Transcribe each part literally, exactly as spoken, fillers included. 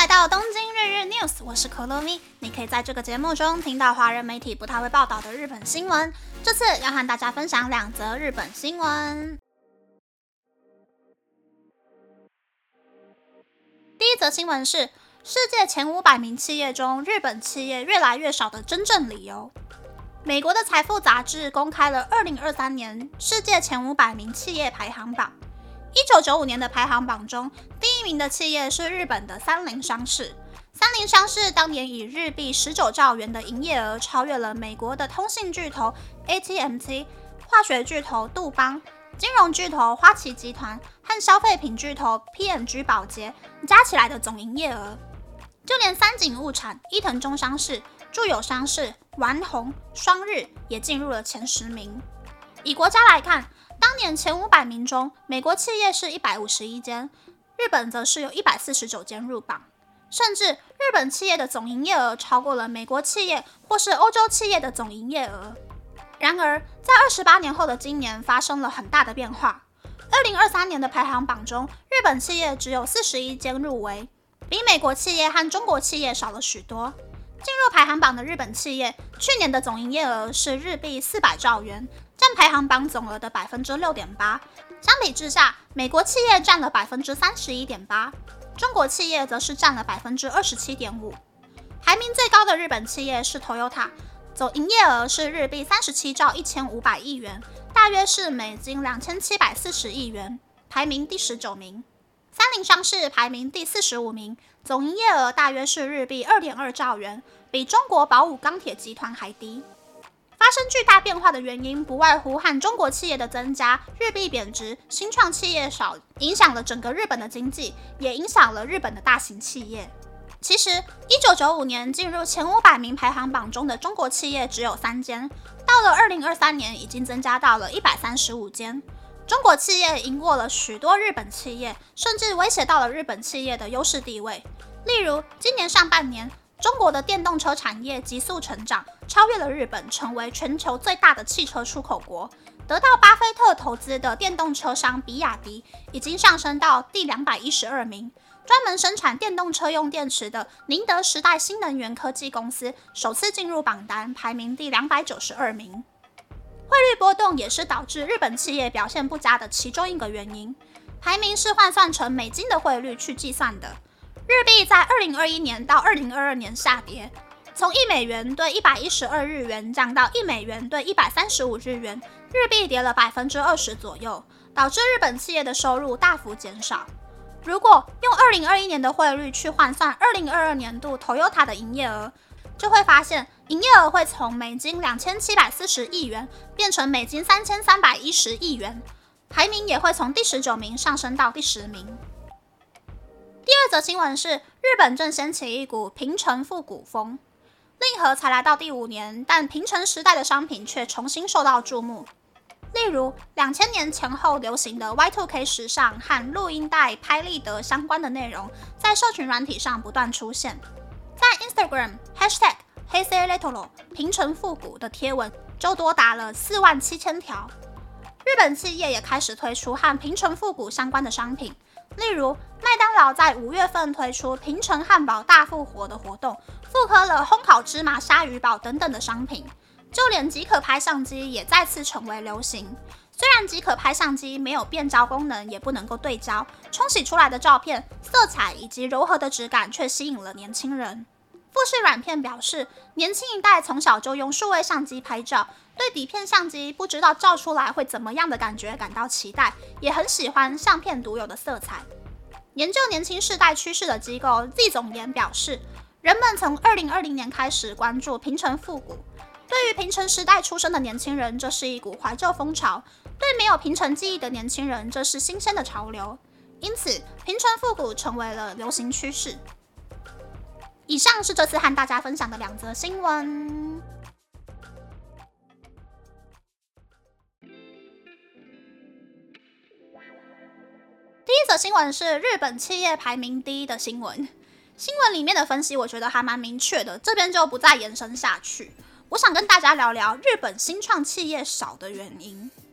到东京日日 News， 我是可乐咪。你可以在这个节目中听到华人媒体不太会报道的日本新闻。这次要和大家分享两则日本新闻。第一则新闻是世界前五百名企业中，日本企业越来越少的真正理由。美国的财富杂志公开了二零二三年世界前五百名企业排行榜。一九九五年的排行榜中，第一名的企业是日本的三菱商事。三菱商事当年以日币十九兆元的营业额，超越了美国的通信巨头 A T and T、化学巨头杜邦、金融巨头花旗集团和消费品巨头 P and G 宝洁加起来的总营业额。就连三井物产、伊藤忠商事、住友商事、丸红、双日也进入了前十名。以国家来看，当年前五百名中，美国企业是一百五十一间，日本则是有一百四十九间入榜。甚至日本企业的总营业额超过了美国企业或是欧洲企业的总营业额。然而，在二十八年后的今年发生了很大的变化。二零二三年的排行榜中，日本企业只有四十一间入围，比美国企业和中国企业少了许多。进入排行榜的日本企业，去年的总营业额是日币四百兆元，占排行榜总额的 百分之六点八。相比之下，美国企业占了 百分之三十一点八， 中国企业则是占了 百分之二十七点五。排名最高的日本企业是 Toyota， 总营业额是日币三十七兆一千五百亿元，大约是美金两千七百四十亿元，排名第十九名。三菱商事排名第四十五名，总营业额大约是日币 二点二兆元，比中国宝武钢铁集团还低。发生巨大变化的原因不外乎和中国企业的增加、日币贬值、新创企业少，影响了整个日本的经济，也影响了日本的大型企业。其实一九九五年进入前五百名排行榜中的中国企业只有三间，到了二零二三年已经增加到了一百三十五间。中国企业赢过了许多日本企业，甚至威胁到了日本企业的优势地位。例如，今年上半年，中国的电动车产业急速成长，超越了日本，成为全球最大的汽车出口国。得到巴菲特投资的电动车商比亚迪已经上升到第两百一十二名。专门生产电动车用电池的宁德时代新能源科技公司首次进入榜单，排名第两百九十二名。汇率波动也是导致日本企业表现不佳的其中一个原因。排名是换算成美金的汇率去计算的。日币在二零二一年到二零二二年下跌，从一美元兑一百一十二日元降到一美元兑一百三十五日元，日币跌了 百分之二十 左右，导致日本企业的收入大幅减少。如果用二零二一年的汇率去换算二零二二年度 Toyota 的营业额，就会发现营业额会从美金两千七百四十亿元变成美金三千三百一十亿元，排名也会从第十九名上升到第十名。第二则新闻是，日本正掀起一股平成复古风。令和才来到第五年，但平成时代的商品却重新受到注目。例如，两千年前后流行的 Y 二 K 时尚和录音带拍立得相关的内容，在社群软体上不断出现。在 Instagram hashtag 黑色 retro 平成复古的贴文就多达了四万七千条。日本企业也开始推出和平成复古相关的商品，例如麦当劳在五月份推出平成汉堡大复活的活动，复刻了烘烤芝麻鲨鱼堡等等的商品。就连即可拍相机也再次成为流行。虽然即可拍相机没有变焦功能，也不能够对焦，冲洗出来的照片色彩以及柔和的质感却吸引了年轻人。富士软片表示，年轻一代从小就用数位相机拍照，对底片相机不知道照出来会怎么样的感觉感到期待，也很喜欢相片独有的色彩。研究年轻世代趋势的机构 Z 总研表示，人们从二零二零年开始关注平成复古。对于平成时代出生的年轻人，这是一股怀旧风潮；对没有平成记忆的年轻人，这是新鲜的潮流。因此，平成复古成为了流行趋势。以上是这次和大家分享的两则新闻。第一则新闻是日本企业排名第一的新闻。新闻里面的分析我觉得还蛮明确的，这边就不再延伸下去。我想跟大家聊聊日本新创企业少的原因。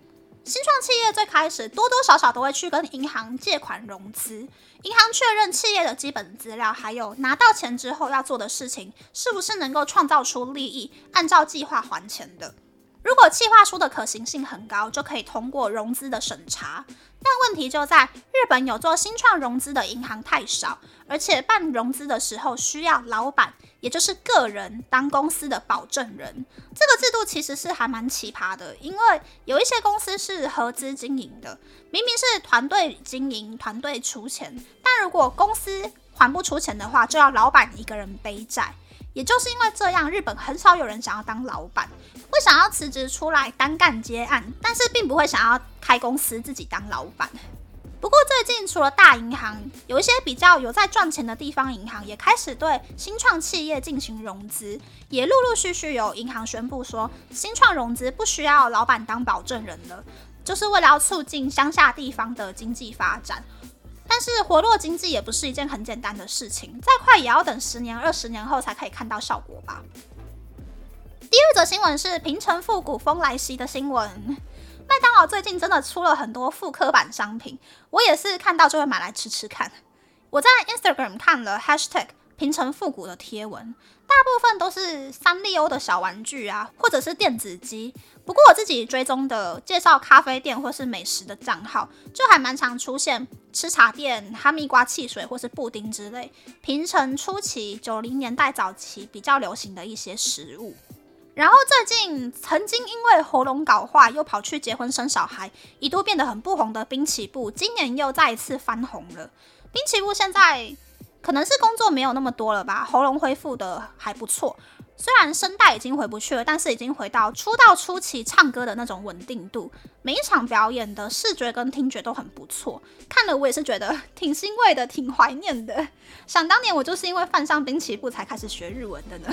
新创企业最开始多多少少都会去跟银行借款融资，银行确认企业的基本资料，还有拿到钱之后要做的事情是不是能够创造出利益，按照计划还钱的。如果企划书的可行性很高，就可以通过融资的审查。但问题就在日本有做新创融资的银行太少，而且办融资的时候需要老板，也就是个人当公司的保证人。这个制度其实是还蛮奇葩的，因为有一些公司是合资经营的，明明是团队经营，团队出钱，但如果公司还不出钱的话，就要老板一个人背债。也就是因为这样，日本很少有人想要当老板，会想要辞职出来单干接案，但是并不会想要开公司自己当老板。不过最近除了大银行，有一些比较有在赚钱的地方银行也开始对新创企业进行融资，也陆陆续续有银行宣布说，新创融资不需要老板当保证人了，就是为了要促进乡下地方的经济发展。但是活络经济也不是一件很简单的事情，再快也要等十年、二十年后才可以看到效果吧。第二则新闻是平成复古风来袭的新闻。麦当劳最近真的出了很多复刻版商品，我也是看到就会买来吃吃看。我在 Instagram 看了 hashtag 平成复古的贴文，大部分都是三丽鸥的小玩具啊，或者是电子机。不过我自己追踪的介绍咖啡店或是美食的账号，就还蛮常出现吃茶店、哈密瓜汽水或是布丁之类平成初期、九零年代早期比较流行的一些食物。然后最近曾经因为喉咙搞坏又跑去结婚生小孩，一度变得很不红的滨崎步，今年又再一次翻红了。滨崎步现在可能是工作没有那么多了吧，喉咙恢复的还不错。虽然声带已经回不去了，但是已经回到出道初期唱歌的那种稳定度。每一场表演的视觉跟听觉都很不错，看了我也是觉得挺欣慰的，挺怀念的。想当年我就是因为犯上滨崎步才开始学日文的呢。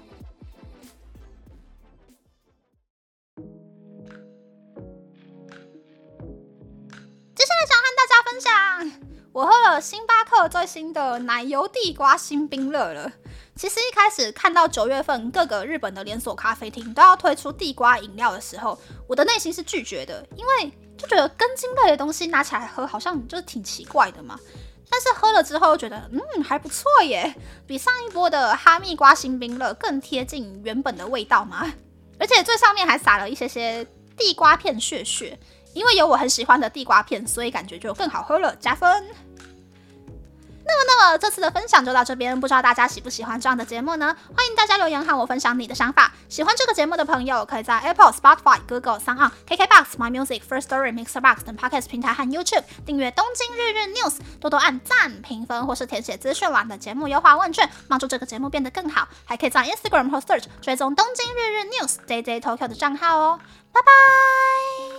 接下来想和大家分享，我喝了星巴克最新的奶油地瓜新冰乐了。其实一开始看到九月份各个日本的连锁咖啡厅都要推出地瓜饮料的时候，我的内心是拒绝的，因为就觉得根茎类的东西拿起来喝好像就是挺奇怪的嘛。但是喝了之后觉得嗯还不错耶，比上一波的哈密瓜新冰乐更贴近原本的味道嘛。而且最上面还撒了一些些地瓜片屑屑，因为有我很喜欢的地瓜片，所以感觉就更好喝了，加分。那么，那么这次的分享就到这边，不知道大家喜不喜欢这样的节目呢？欢迎大家留言和我分享你的想法。喜欢这个节目的朋友，可以在 Apple、Spotify、Google、SoundOn、K K B O X、My Music、First Story、Mixerbox 等 Podcast 平台和 YouTube 订阅东京日日 News， 多多按赞、评分或是填写资讯栏的节目优化问卷，帮助这个节目变得更好。还可以在 Instagram 或 Search 追踪东京日日 News J J Tokyo 的账号哦。拜拜。